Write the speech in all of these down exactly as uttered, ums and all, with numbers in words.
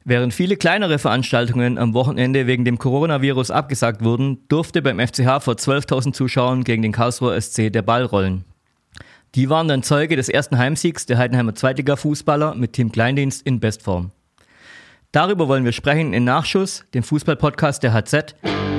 Während viele kleinere Veranstaltungen am Wochenende wegen dem Coronavirus abgesagt wurden, durfte beim F C H vor zwölftausend Zuschauern gegen den Karlsruher S C der Ball rollen. Die waren dann Zeuge des ersten Heimsiegs der Heidenheimer Zweitliga-Fußballer mit Team Kleindienst in Bestform. Darüber wollen wir sprechen in Nachschuss, dem Fußball-Podcast der H Z.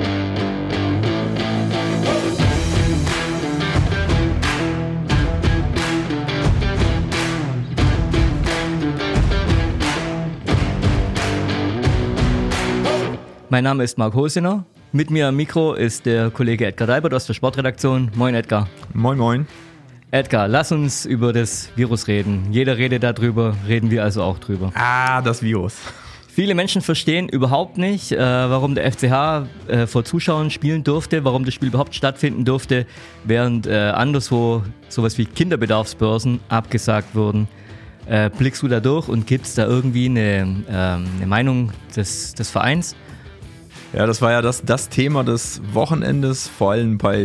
Mein Name ist Marc Hosener. Mit mir am Mikro ist der Kollege Edgar Dalbert aus der Sportredaktion. Moin Edgar. Moin moin. Edgar, lass uns über das Virus reden. Jeder redet darüber, reden wir also auch drüber. Ah, das Virus. Viele Menschen verstehen überhaupt nicht, äh, warum der F C H äh, vor Zuschauern spielen durfte, warum das Spiel überhaupt stattfinden durfte, während äh, anderswo sowas wie Kinderbedarfsbörsen abgesagt wurden. Äh, blickst du da durch und gibt es da irgendwie eine, äh, eine Meinung des, des Vereins? Ja, das war ja das, das Thema des Wochenendes, vor allem bei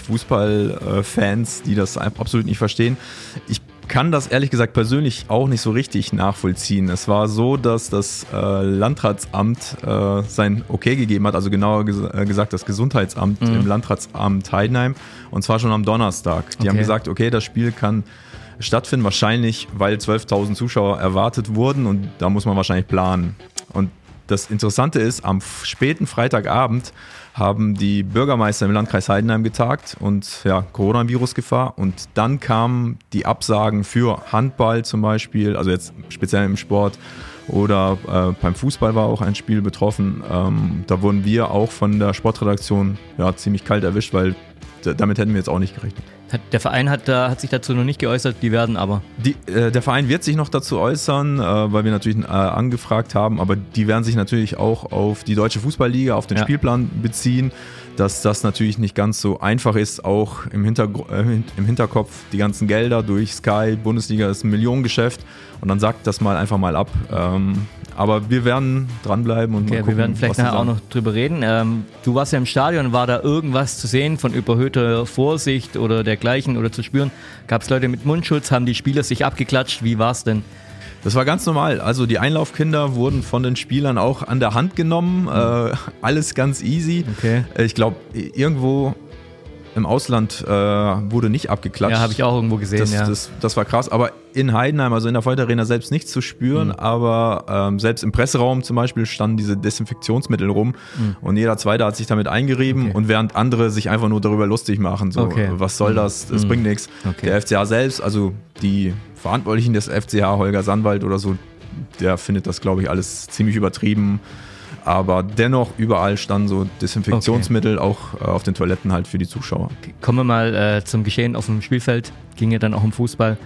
Nicht-Fußball-Fans, die das absolut nicht verstehen. Ich kann das ehrlich gesagt persönlich auch nicht so richtig nachvollziehen. Es war so, dass das äh, Landratsamt äh, sein Okay gegeben hat, also genauer ges- äh, gesagt das Gesundheitsamt mhm. im Landratsamt Heidenheim, und zwar schon am Donnerstag. Die okay. haben gesagt, okay, das Spiel kann stattfinden, wahrscheinlich, weil zwölftausend Zuschauer erwartet wurden, und da muss man wahrscheinlich planen. Und das Interessante ist, am späten Freitagabend haben die Bürgermeister im Landkreis Heidenheim getagt und ja, Coronavirus-Gefahr, und dann kamen die Absagen für Handball zum Beispiel, also jetzt speziell im Sport, oder äh, beim Fußball war auch ein Spiel betroffen. Ähm, da wurden wir auch von der Sportredaktion ja, ziemlich kalt erwischt, weil d- damit hätten wir jetzt auch nicht gerechnet. Der Verein hat, äh, hat sich dazu noch nicht geäußert, die werden aber... Die, äh, der Verein wird sich noch dazu äußern, äh, weil wir natürlich äh, angefragt haben, aber die werden sich natürlich auch auf die Deutsche Fußballliga, auf den ja. Spielplan beziehen, dass das natürlich nicht ganz so einfach ist, auch im, Hintergr- äh, im Hinterkopf die ganzen Gelder durch Sky, Bundesliga ist ein Millionengeschäft, und dann sagt das mal einfach mal ab. Ähm, aber wir werden dranbleiben und okay, mal gucken, wir werden vielleicht nachher auch noch drüber reden. Ähm, du warst ja im Stadion, war da irgendwas zu sehen von überhöhter Vorsicht oder dergleichen oder zu spüren? Gab es Leute mit Mundschutz? Haben die Spieler sich abgeklatscht? Wie war es denn? Das war ganz normal. Also die Einlaufkinder wurden von den Spielern auch an der Hand genommen. Mhm. Äh, alles ganz easy. Okay. Ich glaube, irgendwo im Ausland äh, wurde nicht abgeklatscht. Ja, habe ich auch irgendwo gesehen. Das, ja. das, das war krass. Aber in Heidenheim, also in der Voith Arena selbst nichts zu spüren. Mhm. Aber ähm, selbst im Presseraum zum Beispiel standen diese Desinfektionsmittel rum. Mhm. Und jeder Zweite hat sich damit eingerieben. Okay. Und während andere sich einfach nur darüber lustig machen. So, okay. Was soll das? Das mhm. bringt nichts. Okay. Der F C H selbst, also die Verantwortlichen des F C H, Holger Sandwald oder so, der findet das, glaube ich, alles ziemlich übertrieben. Aber dennoch, überall standen so Desinfektionsmittel, okay. auch äh, auf den Toiletten halt für die Zuschauer. Okay. Kommen wir mal äh, zum Geschehen auf dem Spielfeld. Ging ja dann auch um Fußball.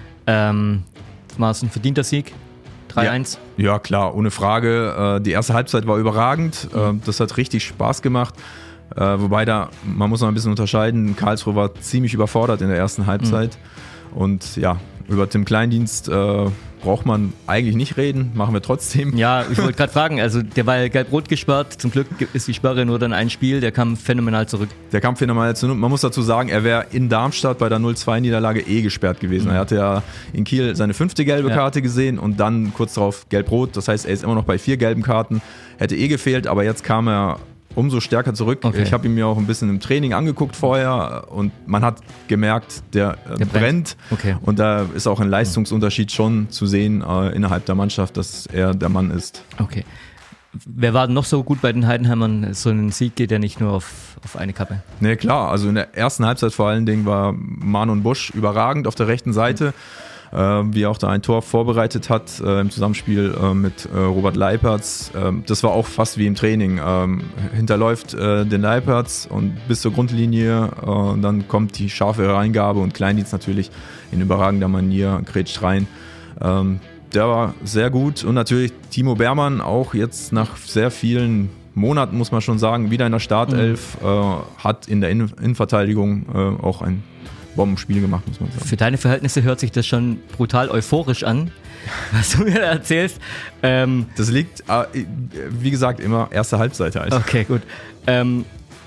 Ähm, war es ein verdienter Sieg? drei eins? Ja, ja, klar, ohne Frage. Äh, die erste Halbzeit war überragend. Äh, das hat richtig Spaß gemacht. Äh, wobei da, man muss noch ein bisschen unterscheiden, Karlsruhe war ziemlich überfordert in der ersten Halbzeit. Mhm. Und ja, über Tim Kleindienst äh, braucht man eigentlich nicht reden, machen wir trotzdem. Ja, ich wollte gerade fragen, also der war ja gelb-rot gesperrt, zum Glück ist die Sperre nur dann ein Spiel, der kam phänomenal zurück. Der kam phänomenal zurück, man muss dazu sagen, er wäre in Darmstadt bei der null zwei Niederlage eh gesperrt gewesen. Mhm. Er hatte ja in Kiel seine fünfte gelbe ja. Karte gesehen und dann kurz darauf gelb-rot, das heißt, er ist immer noch bei vier gelben Karten, hätte eh gefehlt, aber jetzt kam er umso stärker zurück. Okay. Ich habe ihn mir auch ein bisschen im Training angeguckt vorher und man hat gemerkt, der, äh, der brennt, brennt. Okay. Und da ist auch ein Leistungsunterschied schon zu sehen äh, innerhalb der Mannschaft, dass er der Mann ist. Okay. Wer war denn noch so gut bei den Heidenheimern? So ein Sieg geht ja nicht nur auf, auf eine Kappe. Nee, klar. Also in der ersten Halbzeit vor allen Dingen war Manon Busch überragend auf der rechten Seite. Mhm. Äh, wie er auch da ein Tor vorbereitet hat äh, im Zusammenspiel äh, mit äh, Robert Leipertz. Äh, das war auch fast wie im Training. Ähm, hinterläuft äh, den Leipertz und bis zur Grundlinie äh, und dann kommt die scharfe Reingabe und Kleindienst natürlich in überragender Manier grätscht rein. Ähm, der war sehr gut und natürlich Timo Beermann auch jetzt nach sehr vielen Monaten, muss man schon sagen, wieder in der Startelf, mhm. äh, hat in der Innen- Innenverteidigung äh, auch ein Bombenspiel gemacht, muss man sagen. Für deine Verhältnisse hört sich das schon brutal euphorisch an, was du mir da erzählst. Ähm, das liegt, wie gesagt, immer erste Halbzeit. Also. Okay, gut. Ähm,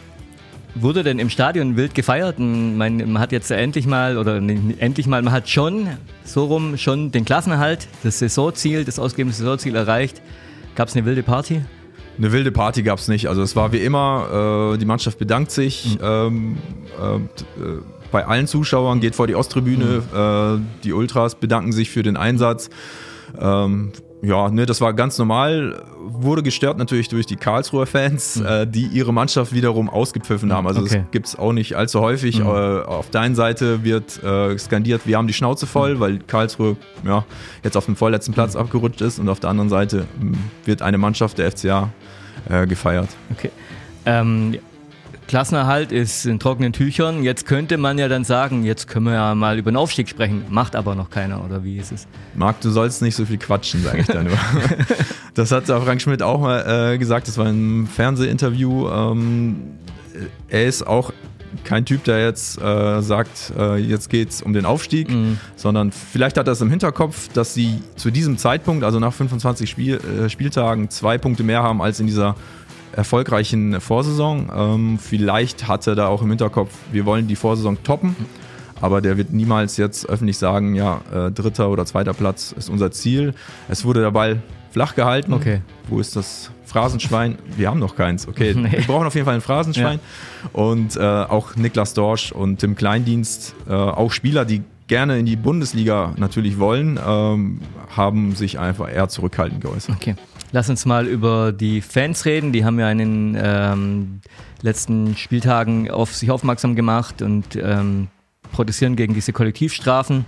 wurde denn im Stadion wild gefeiert? Man, man hat jetzt endlich mal, oder nicht, endlich mal, man hat schon so rum schon den Klassenerhalt, das Saisonziel, das ausgegebene Saisonziel erreicht. Gab es eine wilde Party? Eine wilde Party gab es nicht. Also es war wie immer, äh, die Mannschaft bedankt sich mhm. ähm, äh, bei allen Zuschauern, geht vor die Osttribüne, mhm. äh, die Ultras bedanken sich für den Einsatz. Ähm, ja, ne, das war ganz normal, wurde gestört natürlich durch die Karlsruher Fans, mhm. äh, die ihre Mannschaft wiederum ausgepfiffen haben. Also okay. das gibt es auch nicht allzu häufig. Mhm. Äh, auf der einen Seite wird äh, skandiert, wir haben die Schnauze voll, mhm. weil Karlsruhe ja, jetzt auf dem vorletzten Platz mhm. abgerutscht ist, und auf der anderen Seite mh, wird eine Mannschaft der F C A äh, gefeiert. Okay. Ähm, Klassenerhalt ist in trockenen Tüchern. Jetzt könnte man ja dann sagen, jetzt können wir ja mal über den Aufstieg sprechen. Macht aber noch keiner, oder wie ist es? Marc, du sollst nicht so viel quatschen, sage ich da nur. Das hat Frank Schmidt auch mal äh, gesagt, das war ein Fernsehinterview. Ähm, er ist auch kein Typ, der jetzt äh, sagt, äh, jetzt geht's um den Aufstieg, mhm. sondern vielleicht hat er es im Hinterkopf, dass sie zu diesem Zeitpunkt, also nach fünfundzwanzig Spiel, äh, Spieltagen, zwei Punkte mehr haben als in dieser erfolgreichen Vorsaison. Ähm, vielleicht hat er da auch im Hinterkopf, wir wollen die Vorsaison toppen, aber der wird niemals jetzt öffentlich sagen, ja, äh, dritter oder zweiter Platz ist unser Ziel. Es wurde der Ball flach gehalten. Okay. Wo ist das Phrasenschwein? Wir haben noch keins. Okay, nee. Wir brauchen auf jeden Fall ein Phrasenschwein. Ja. Und äh, auch Niklas Dorsch und Tim Kleindienst, äh, auch Spieler, die gerne in die Bundesliga natürlich wollen, ähm, haben sich einfach eher zurückhaltend geäußert. Okay. Lass uns mal über die Fans reden. Die haben ja in den ähm, letzten Spieltagen auf sich aufmerksam gemacht und ähm, protestieren gegen diese Kollektivstrafen.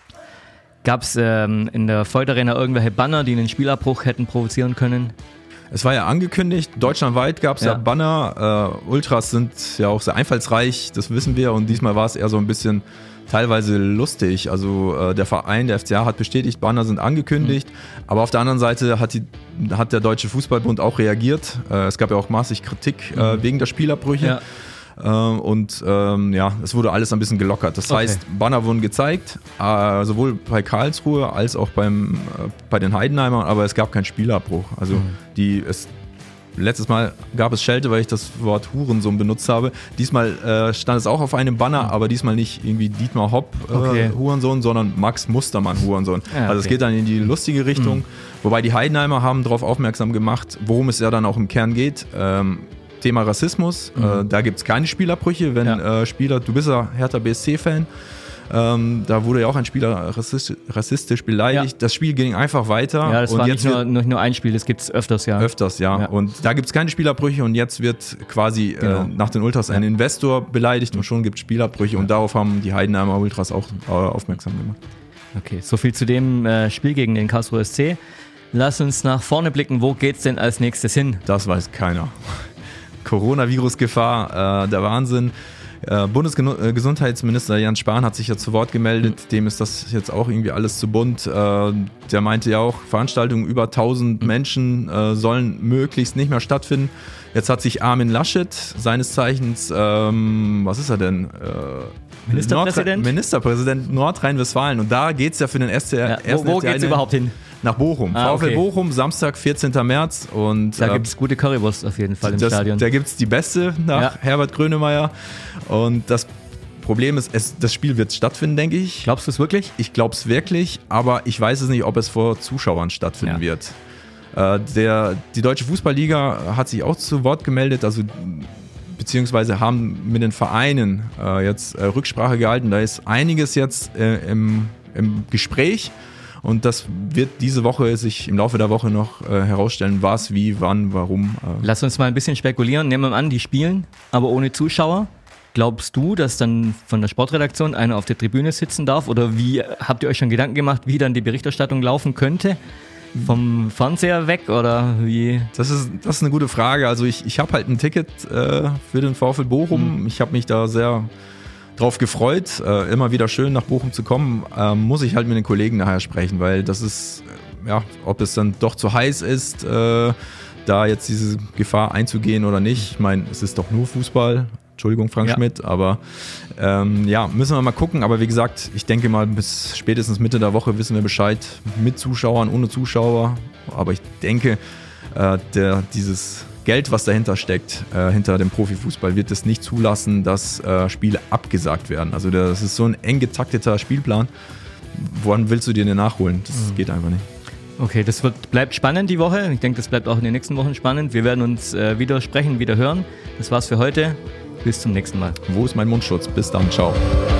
Gab es ähm, in der Voith Arena irgendwelche Banner, die einen Spielabbruch hätten provozieren können? Es war ja angekündigt, deutschlandweit gab es ja. ja Banner. Äh, Ultras sind ja auch sehr einfallsreich, das wissen wir. Und diesmal war es eher so ein bisschen teilweise lustig. Also äh, der Verein, der F C A hat bestätigt, Banner sind angekündigt. Mhm. Aber auf der anderen Seite hat, die, hat der Deutsche Fußballbund auch reagiert. Äh, es gab ja auch massig Kritik äh, mhm. wegen der Spielabbrüche. Ja. Äh, und ähm, ja, es wurde alles ein bisschen gelockert. Das okay. heißt, Banner wurden gezeigt, äh, sowohl bei Karlsruhe als auch beim, äh, bei den Heidenheimern, aber es gab keinen Spielabbruch. Also mhm. die es Letztes Mal gab es Schelte, weil ich das Wort Hurensohn benutzt habe. Diesmal äh, stand es auch auf einem Banner, aber diesmal nicht irgendwie Dietmar Hopp äh, okay. Hurensohn, sondern Max Mustermann Hurensohn. Ja, okay. Also es geht dann in die lustige Richtung. Mhm. Wobei die Heidenheimer haben darauf aufmerksam gemacht, worum es ja dann auch im Kern geht. Ähm, Thema Rassismus, mhm. äh, da gibt es keine Spielabbrüche, wenn ja. äh, Spieler, du bist ja Hertha B S C-Fan, Ähm, da wurde ja auch ein Spieler rassistisch, rassistisch beleidigt. Ja. Das Spiel ging einfach weiter. Ja, das und war jetzt nicht, nur, nicht nur ein Spiel, das gibt es öfters, ja. Öfters, ja. ja. Und da gibt es keine Spielabbrüche und jetzt wird quasi genau. äh, nach den Ultras ein ja. Investor beleidigt und schon gibt es Spielabbrüche ja. und darauf haben die Heidenheimer Ultras auch äh, aufmerksam gemacht. Okay, soviel zu dem äh, Spiel gegen den Karlsruher S C. Lass uns nach vorne blicken. Wo geht's denn als nächstes hin? Das weiß keiner. Coronavirus-Gefahr, äh, der Wahnsinn. Äh, Bundesgesundheitsminister Jens Spahn hat sich ja zu Wort gemeldet, mhm. dem ist das jetzt auch irgendwie alles zu bunt. Äh, der meinte ja auch, Veranstaltungen über tausend mhm. Menschen äh, sollen möglichst nicht mehr stattfinden. Jetzt hat sich Armin Laschet, seines Zeichens, ähm, was ist er denn? Äh, Ministerpräsident? Nordrhein- Ministerpräsident Nordrhein-Westfalen. Und da geht es ja für den S C R. Ja, wo wo geht es überhaupt hin? Nach Bochum. Ah, VfL okay. Bochum, Samstag, vierzehnten März. Und, da äh, gibt es gute Currywurst auf jeden Fall im das, Stadion. Da gibt es die beste nach ja. Herbert Grönemeyer. Und das Problem ist, es, das Spiel wird stattfinden, denke ich. Glaubst du es wirklich? Ich glaube es wirklich, aber ich weiß es nicht, ob es vor Zuschauern stattfinden ja. wird. Äh, der, die Deutsche Fußballliga hat sich auch zu Wort gemeldet, also beziehungsweise haben mit den Vereinen äh, jetzt äh, Rücksprache gehalten. Da ist einiges jetzt äh, im, im Gespräch. Und das wird diese Woche sich im Laufe der Woche noch äh, herausstellen, was, wie, wann, warum. Äh. Lass uns mal ein bisschen spekulieren. Nehmen wir an, die spielen, aber ohne Zuschauer. Glaubst du, dass dann von der Sportredaktion einer auf der Tribüne sitzen darf? Oder wie habt ihr euch schon Gedanken gemacht, wie dann die Berichterstattung laufen könnte? Vom Fernseher weg oder wie? Das ist, das ist eine gute Frage. Also ich, ich habe halt ein Ticket äh, für den VfL Bochum. Mhm. Ich habe mich da sehr drauf gefreut, äh, immer wieder schön nach Bochum zu kommen. Äh, muss ich halt mit den Kollegen nachher sprechen, weil das ist, äh, ja, ob es dann doch zu heiß ist, äh, da jetzt diese Gefahr einzugehen oder nicht. Ich meine, es ist doch nur Fußball. Entschuldigung, Frank ja. Schmidt, aber ähm, ja, müssen wir mal gucken. Aber wie gesagt, ich denke mal, bis spätestens Mitte der Woche wissen wir Bescheid, mit Zuschauern, ohne Zuschauer. Aber ich denke, äh, der, dieses Geld, was dahinter steckt, äh, hinter dem Profifußball, wird es nicht zulassen, dass äh, Spiele abgesagt werden. Also das ist so ein eng getakteter Spielplan. Wann willst du dir den nachholen? Das mhm. geht einfach nicht. Okay, das wird, bleibt spannend die Woche. Ich denke, das bleibt auch in den nächsten Wochen spannend. Wir werden uns äh, wieder sprechen, wieder hören. Das war's für heute. Bis zum nächsten Mal. Wo ist mein Mundschutz? Bis dann. Ciao.